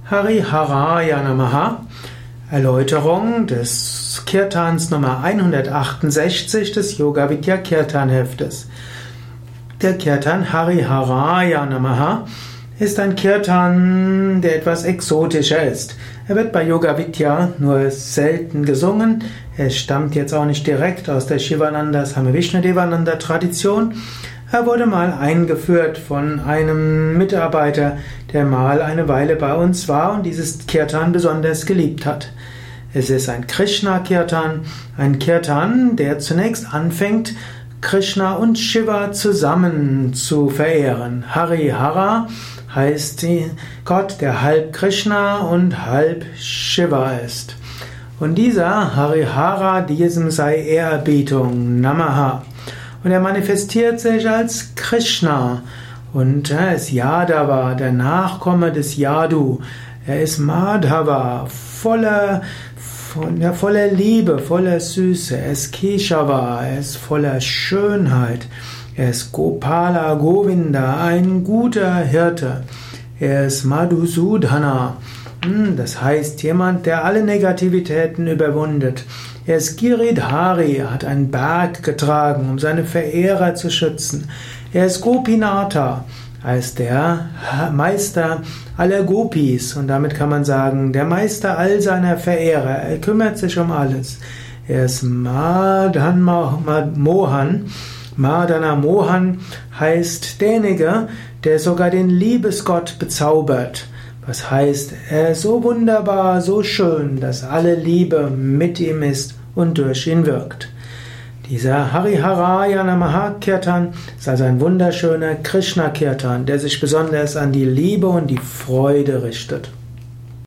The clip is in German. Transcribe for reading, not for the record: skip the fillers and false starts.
Hariharaya Namaha, Erläuterung des Kirtans Nummer 168 des Yoga Vidya Kirtan Heftes. Der Kirtan Hariharaya Namaha ist ein Kirtan, der etwas exotischer ist. Er wird bei Yoga Vidya nur selten gesungen. Er stammt jetzt auch nicht direkt aus der Shivananda Swami Vishnadevananda Tradition. Er wurde mal eingeführt von einem Mitarbeiter, der mal eine Weile bei uns war und dieses Kirtan besonders geliebt hat. Es ist ein Krishna-Kirtan, ein Kirtan, der zunächst anfängt, Krishna und Shiva zusammen zu verehren. Harihara heißt Gott, der halb Krishna und halb Shiva ist. Und dieser Harihara, diesem sei Ehrerbietung, Namaha. Und er manifestiert sich als Krishna. Und er ist Yadava, der Nachkomme des Yadu. Er ist Madhava, voller Liebe, voller Süße. Er ist Keshava, er ist voller Schönheit. Er ist Gopala Govinda, ein guter Hirte. Er ist Madhusudhana, das heißt jemand, der alle Negativitäten überwundet. Er ist Giridhari, er hat einen Berg getragen, um seine Verehrer zu schützen. Er ist Gopinatha, er ist der Meister aller Gopis und damit kann man sagen, der Meister all seiner Verehrer. Er kümmert sich um alles. Er ist Mohan. Madana Mohan heißt derjenige, der sogar den Liebesgott bezaubert. Was heißt, er ist so wunderbar, so schön, dass alle Liebe mit ihm ist und durch ihn wirkt. Dieser Hariharaya Namaha Kirtan ist also ein wunderschöner Krishna Kirtan, der sich besonders an die Liebe und die Freude richtet.